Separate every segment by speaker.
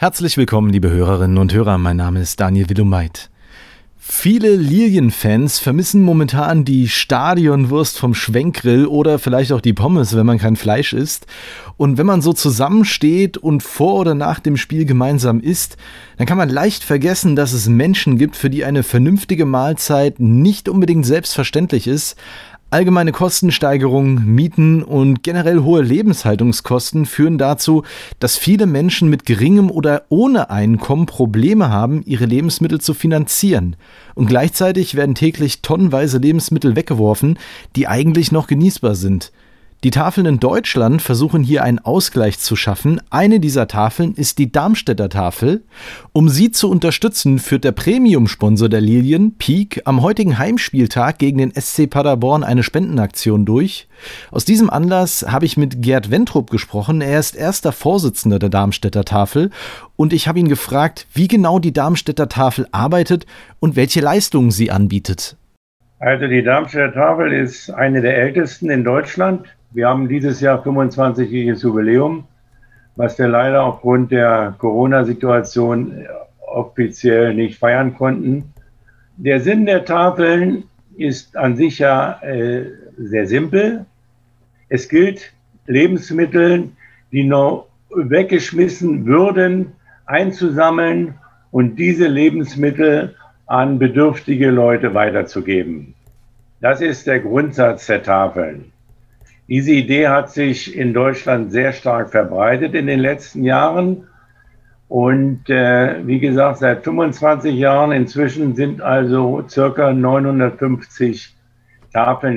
Speaker 1: Herzlich willkommen, liebe Hörerinnen und Hörer. Mein Name ist Daniel Willumeit. Viele Lilien-Fans vermissen momentan die Stadionwurst vom Schwenkgrill oder vielleicht auch die Pommes, wenn man kein Fleisch isst. Und wenn man so zusammensteht und vor oder nach dem Spiel gemeinsam isst, dann kann man leicht vergessen, dass es Menschen gibt, für die eine vernünftige Mahlzeit nicht unbedingt selbstverständlich ist. Allgemeine Kostensteigerungen, Mieten und generell hohe Lebenshaltungskosten führen dazu, dass viele Menschen mit geringem oder ohne Einkommen Probleme haben, ihre Lebensmittel zu finanzieren. Und gleichzeitig werden täglich tonnenweise Lebensmittel weggeworfen, die eigentlich noch genießbar sind. Die Tafeln in Deutschland versuchen hier einen Ausgleich zu schaffen. Eine dieser Tafeln ist die Darmstädter Tafel. Um sie zu unterstützen, führt der Premium-Sponsor der Lilien, Peak, am heutigen Heimspieltag gegen den SC Paderborn eine Spendenaktion durch. Aus diesem Anlass habe ich mit Gerd Wentrup gesprochen. Er ist erster Vorsitzender der Darmstädter Tafel und ich habe ihn gefragt, wie genau die Darmstädter Tafel arbeitet und welche Leistungen sie anbietet.
Speaker 2: Also die Darmstädter Tafel ist eine der ältesten in Deutschland. Wir haben dieses Jahr 25-jähriges Jubiläum, was wir leider aufgrund der Corona-Situation offiziell nicht feiern konnten. Der Sinn der Tafeln ist an sich ja sehr simpel. Es gilt, Lebensmittel, die noch weggeschmissen würden, einzusammeln und diese Lebensmittel an bedürftige Leute weiterzugeben. Das ist der Grundsatz der Tafeln. Diese Idee hat sich in Deutschland sehr stark verbreitet in den letzten Jahren. Und wie gesagt, seit 25 Jahren inzwischen sind also circa 950 Tafeln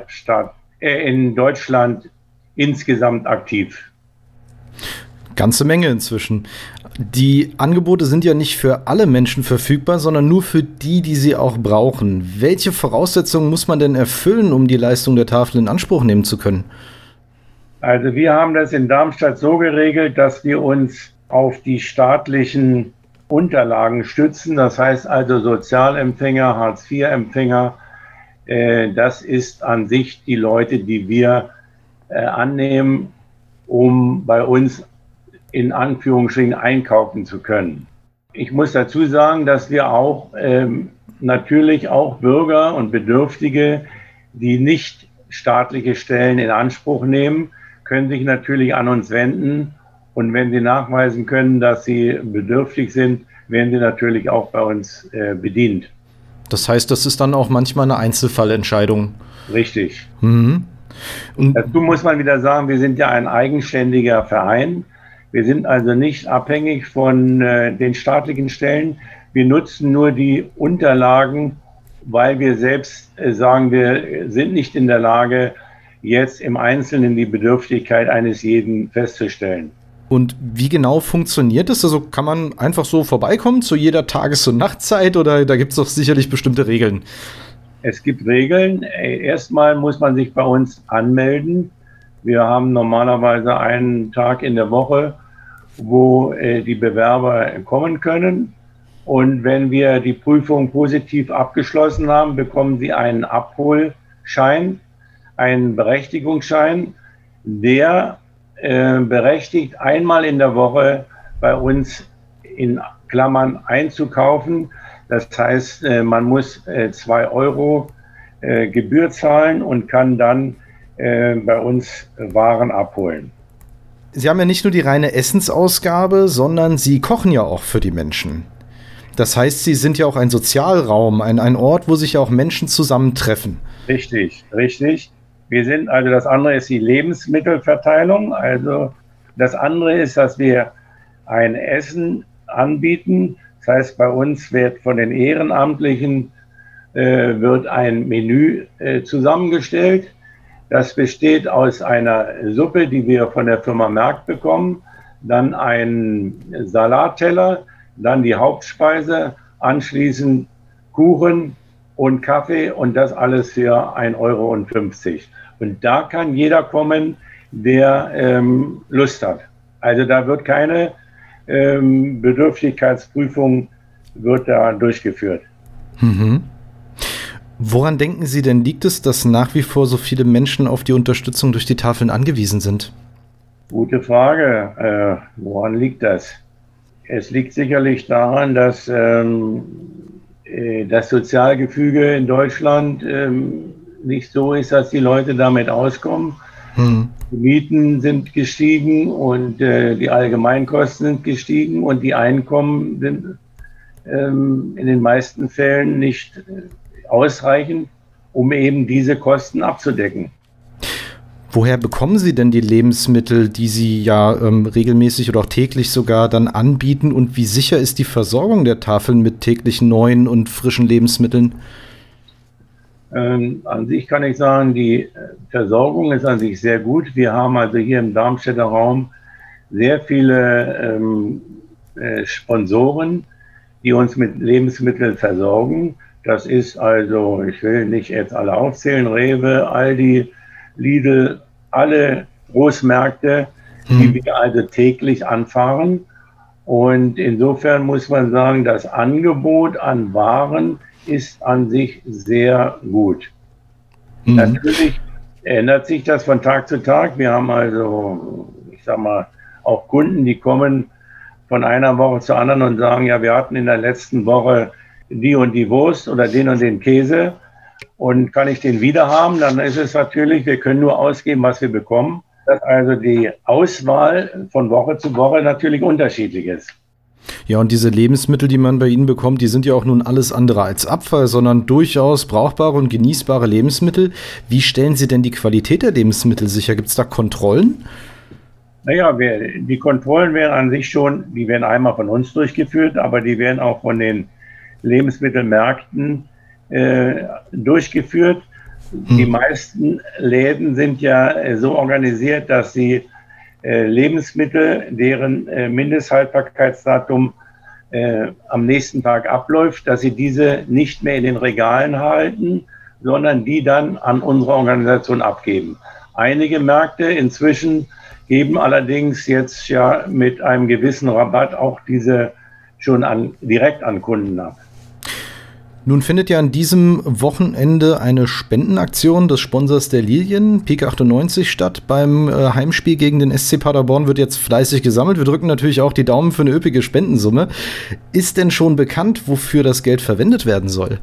Speaker 2: in Deutschland insgesamt aktiv.
Speaker 1: Ganze Menge inzwischen. Die Angebote sind ja nicht für alle Menschen verfügbar, sondern nur für die, die sie auch brauchen. Welche Voraussetzungen muss man denn erfüllen, um die Leistung der Tafel in Anspruch nehmen zu können?
Speaker 2: Also wir haben das in Darmstadt so geregelt, dass wir uns auf die staatlichen Unterlagen stützen. Das heißt also Sozialempfänger, Hartz-IV-Empfänger. Das ist an sich die Leute, die wir annehmen, um bei uns in Anführungsstrichen einkaufen zu können. Ich muss dazu sagen, dass wir auch natürlich auch Bürger und Bedürftige, die nicht staatliche Stellen in Anspruch nehmen, können sich natürlich an uns wenden. Und wenn sie nachweisen können, dass sie bedürftig sind, werden sie natürlich auch bei uns bedient.
Speaker 1: Das heißt, das ist dann auch manchmal eine Einzelfallentscheidung.
Speaker 2: Richtig.
Speaker 1: Mhm. Und
Speaker 2: dazu muss man wieder sagen, wir sind ja ein eigenständiger Verein. Wir sind also nicht abhängig von den staatlichen Stellen. Wir nutzen nur die Unterlagen, weil wir selbst sagen, wir sind nicht in der Lage, jetzt im Einzelnen die Bedürftigkeit eines jeden festzustellen.
Speaker 1: Und wie genau funktioniert das? Also kann man einfach so vorbeikommen zu jeder Tages- und Nachtzeit oder da gibt es doch sicherlich bestimmte Regeln?
Speaker 2: Es gibt Regeln. Erstmal muss man sich bei uns anmelden. Wir haben normalerweise einen Tag in der Woche, wo die Bewerber kommen können. Und wenn wir die Prüfung positiv abgeschlossen haben, bekommen sie einen Abholschein, einen Berechtigungsschein, der berechtigt, einmal in der Woche bei uns in Klammern einzukaufen. Das heißt, man muss 2 Euro Gebühr zahlen und kann dann bei uns Waren abholen.
Speaker 1: Sie haben ja nicht nur die reine Essensausgabe, sondern Sie kochen ja auch für die Menschen. Das heißt, Sie sind ja auch ein Sozialraum, ein Ort, wo sich ja auch Menschen zusammentreffen.
Speaker 2: Richtig, richtig. Wir sind, also das andere ist die Lebensmittelverteilung. Also das andere ist, dass wir ein Essen anbieten. Das heißt, bei uns wird von den Ehrenamtlichen wird ein Menü zusammengestellt. Das besteht aus einer Suppe, die wir von der Firma Merck bekommen, dann ein Salatteller, dann die Hauptspeise, anschließend Kuchen und Kaffee und das alles für 1,50 Euro. Und da kann jeder kommen, der Lust hat. Also da wird keine Bedürftigkeitsprüfung wird da durchgeführt.
Speaker 1: Mhm. Woran denken Sie denn, liegt es, dass nach wie vor so viele Menschen auf die Unterstützung durch die Tafeln angewiesen sind?
Speaker 2: Gute Frage. Woran liegt das? Es liegt sicherlich daran, dass das Sozialgefüge in Deutschland nicht so ist, dass die Leute damit auskommen. Die Mieten sind gestiegen und die Allgemeinkosten sind gestiegen und die Einkommen sind in den meisten Fällen nicht ausreichend, um eben diese Kosten abzudecken.
Speaker 1: Woher bekommen Sie denn die Lebensmittel, die Sie ja regelmäßig oder auch täglich sogar dann anbieten? Und wie sicher ist die Versorgung der Tafeln mit täglich neuen und frischen Lebensmitteln?
Speaker 2: An sich kann ich sagen, die Versorgung ist an sich sehr gut. Wir haben also hier im Darmstädter Raum sehr viele Sponsoren, die uns mit Lebensmitteln versorgen. Das ist also, ich will nicht jetzt alle aufzählen, Rewe, Aldi, Lidl, alle Großmärkte, die wir also täglich anfahren. Und insofern muss man sagen, das Angebot an Waren ist an sich sehr gut. Natürlich ändert sich das von Tag zu Tag. Wir haben also, ich sag mal, auch Kunden, die kommen von einer Woche zur anderen und sagen, ja, wir hatten in der letzten Woche die und die Wurst oder den und den Käse. Und kann ich den wieder haben, dann ist es natürlich, wir können nur ausgeben, was wir bekommen. Dass also die Auswahl von Woche zu Woche natürlich unterschiedlich ist.
Speaker 1: Ja, und diese Lebensmittel, die man bei Ihnen bekommt, die sind ja auch nun alles andere als Abfall, sondern durchaus brauchbare und genießbare Lebensmittel. Wie stellen Sie denn die Qualität der Lebensmittel sicher? Gibt es da Kontrollen?
Speaker 2: Naja, die Kontrollen werden an sich schon, die werden einmal von uns durchgeführt, aber die werden auch von den Lebensmittelmärkten durchgeführt. Die meisten Läden sind ja so organisiert, dass sie Lebensmittel, deren Mindesthaltbarkeitsdatum am nächsten Tag abläuft, dass sie diese nicht mehr in den Regalen halten, sondern die dann an unsere Organisation abgeben. Einige Märkte inzwischen geben allerdings jetzt ja mit einem gewissen Rabatt auch diese schon direkt an Kunden ab.
Speaker 1: Nun findet ja an diesem Wochenende eine Spendenaktion des Sponsors der Lilien, Peak 98, statt. Beim Heimspiel gegen den SC Paderborn wird jetzt fleißig gesammelt. Wir drücken natürlich auch die Daumen für eine üppige Spendensumme. Ist denn schon bekannt, wofür das Geld verwendet werden soll?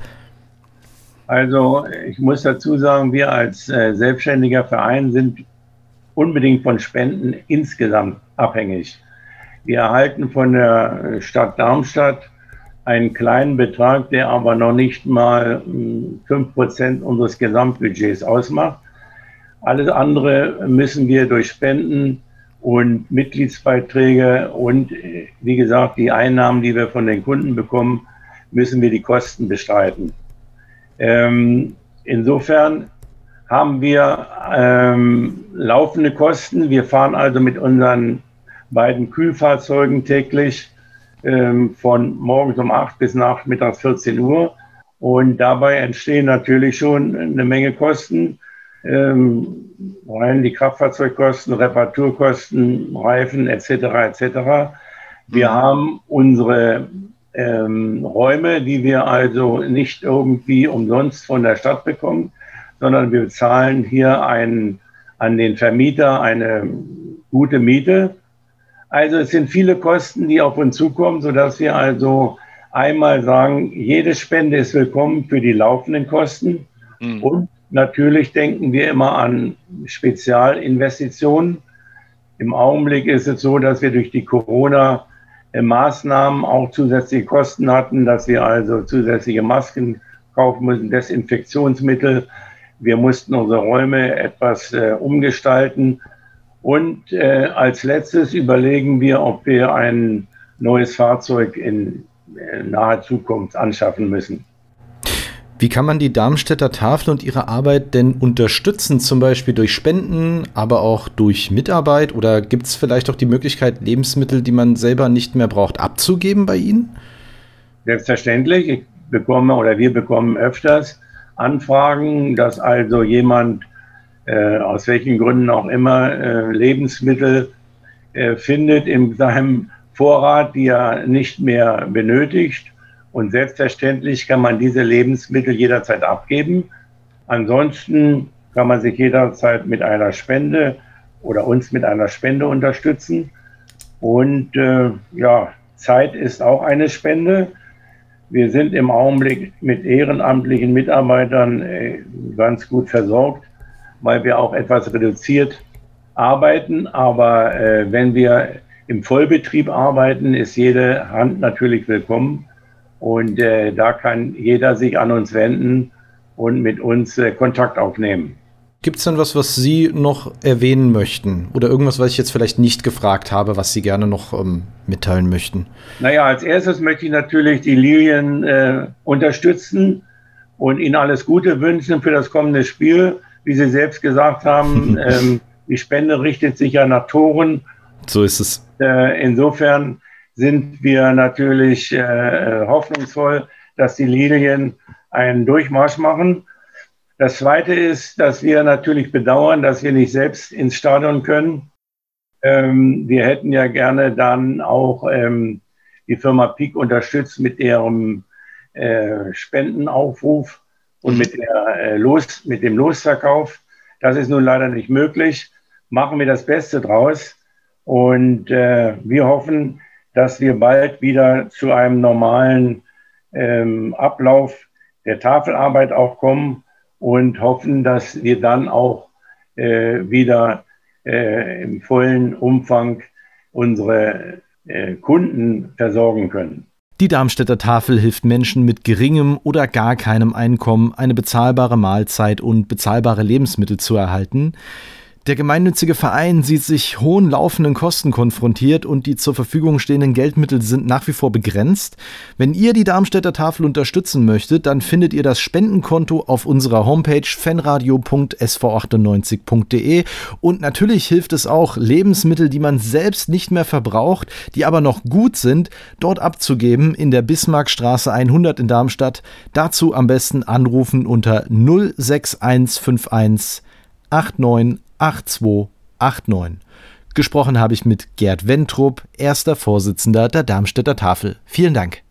Speaker 2: Also ich muss dazu sagen, wir als selbstständiger Verein sind unbedingt von Spenden insgesamt abhängig. Wir erhalten von der Stadt Darmstadt einen kleinen Betrag, der aber noch nicht mal 5% unseres Gesamtbudgets ausmacht. Alles andere müssen wir durch Spenden und Mitgliedsbeiträge und, wie gesagt, die Einnahmen, die wir von den Kunden bekommen, müssen wir die Kosten bestreiten. Insofern haben wir laufende Kosten. Wir fahren also mit unseren beiden Kühlfahrzeugen täglich von morgens um 8 bis nachmittags 14 Uhr. Und dabei entstehen natürlich schon eine Menge Kosten. Rein die Kraftfahrzeugkosten, Reparaturkosten, Reifen etc. etc. Wir haben unsere Räume, die wir also nicht irgendwie umsonst von der Stadt bekommen, sondern wir bezahlen hier an den Vermieter eine gute Miete. Also es sind viele Kosten, die auf uns zukommen, sodass wir also einmal sagen, jede Spende ist willkommen für die laufenden Kosten. Und natürlich denken wir immer an Spezialinvestitionen. Im Augenblick ist es so, dass wir durch die Corona-Maßnahmen auch zusätzliche Kosten hatten, dass wir also zusätzliche Masken kaufen müssen, Desinfektionsmittel. Wir mussten unsere Räume etwas umgestalten. Und als letztes überlegen wir, ob wir ein neues Fahrzeug in naher Zukunft anschaffen müssen.
Speaker 1: Wie kann man die Darmstädter Tafel und ihre Arbeit denn unterstützen, zum Beispiel durch Spenden, aber auch durch Mitarbeit? Oder gibt es vielleicht auch die Möglichkeit, Lebensmittel, die man selber nicht mehr braucht, abzugeben bei Ihnen?
Speaker 2: Selbstverständlich. Wir bekommen öfters Anfragen, dass also jemand aus welchen Gründen auch immer Lebensmittel findet in seinem Vorrat, die er nicht mehr benötigt. Und selbstverständlich kann man diese Lebensmittel jederzeit abgeben. Ansonsten kann man sich jederzeit mit einer Spende oder uns mit einer Spende unterstützen. Und Zeit ist auch eine Spende. Wir sind im Augenblick mit ehrenamtlichen Mitarbeitern ganz gut versorgt, weil wir auch etwas reduziert arbeiten. Aber wenn wir im Vollbetrieb arbeiten, ist jede Hand natürlich willkommen. Und da kann jeder sich an uns wenden und mit uns Kontakt aufnehmen.
Speaker 1: Gibt es denn was Sie noch erwähnen möchten? Oder irgendwas, was ich jetzt vielleicht nicht gefragt habe, was Sie gerne noch mitteilen möchten?
Speaker 2: Naja, als erstes möchte ich natürlich die Lilien unterstützen und Ihnen alles Gute wünschen für das kommende Spiel. Wie Sie selbst gesagt haben, die Spende richtet sich ja nach Toren.
Speaker 1: So ist es.
Speaker 2: Insofern sind wir natürlich hoffnungsvoll, dass die Lilien einen Durchmarsch machen. Das Zweite ist, dass wir natürlich bedauern, dass wir nicht selbst ins Stadion können. Wir hätten ja gerne dann auch die Firma Peak unterstützt mit ihrem Spendenaufruf und mit dem Losverkauf. Das ist nun leider nicht möglich. Machen wir das Beste draus. Und wir hoffen, dass wir bald wieder zu einem normalen Ablauf der Tafelarbeit auch kommen und hoffen, dass wir dann auch wieder im vollen Umfang unsere Kunden versorgen können.
Speaker 1: Die Darmstädter Tafel hilft Menschen mit geringem oder gar keinem Einkommen, eine bezahlbare Mahlzeit und bezahlbare Lebensmittel zu erhalten. Der gemeinnützige Verein sieht sich hohen laufenden Kosten konfrontiert und die zur Verfügung stehenden Geldmittel sind nach wie vor begrenzt. Wenn ihr die Darmstädter Tafel unterstützen möchtet, dann findet ihr das Spendenkonto auf unserer Homepage fanradio.sv98.de und natürlich hilft es auch, Lebensmittel, die man selbst nicht mehr verbraucht, die aber noch gut sind, dort abzugeben in der Bismarckstraße 100 in Darmstadt. Dazu am besten anrufen unter 06151 898289. Gesprochen habe ich mit Gerd Wentrup, erster Vorsitzender der Darmstädter Tafel. Vielen Dank.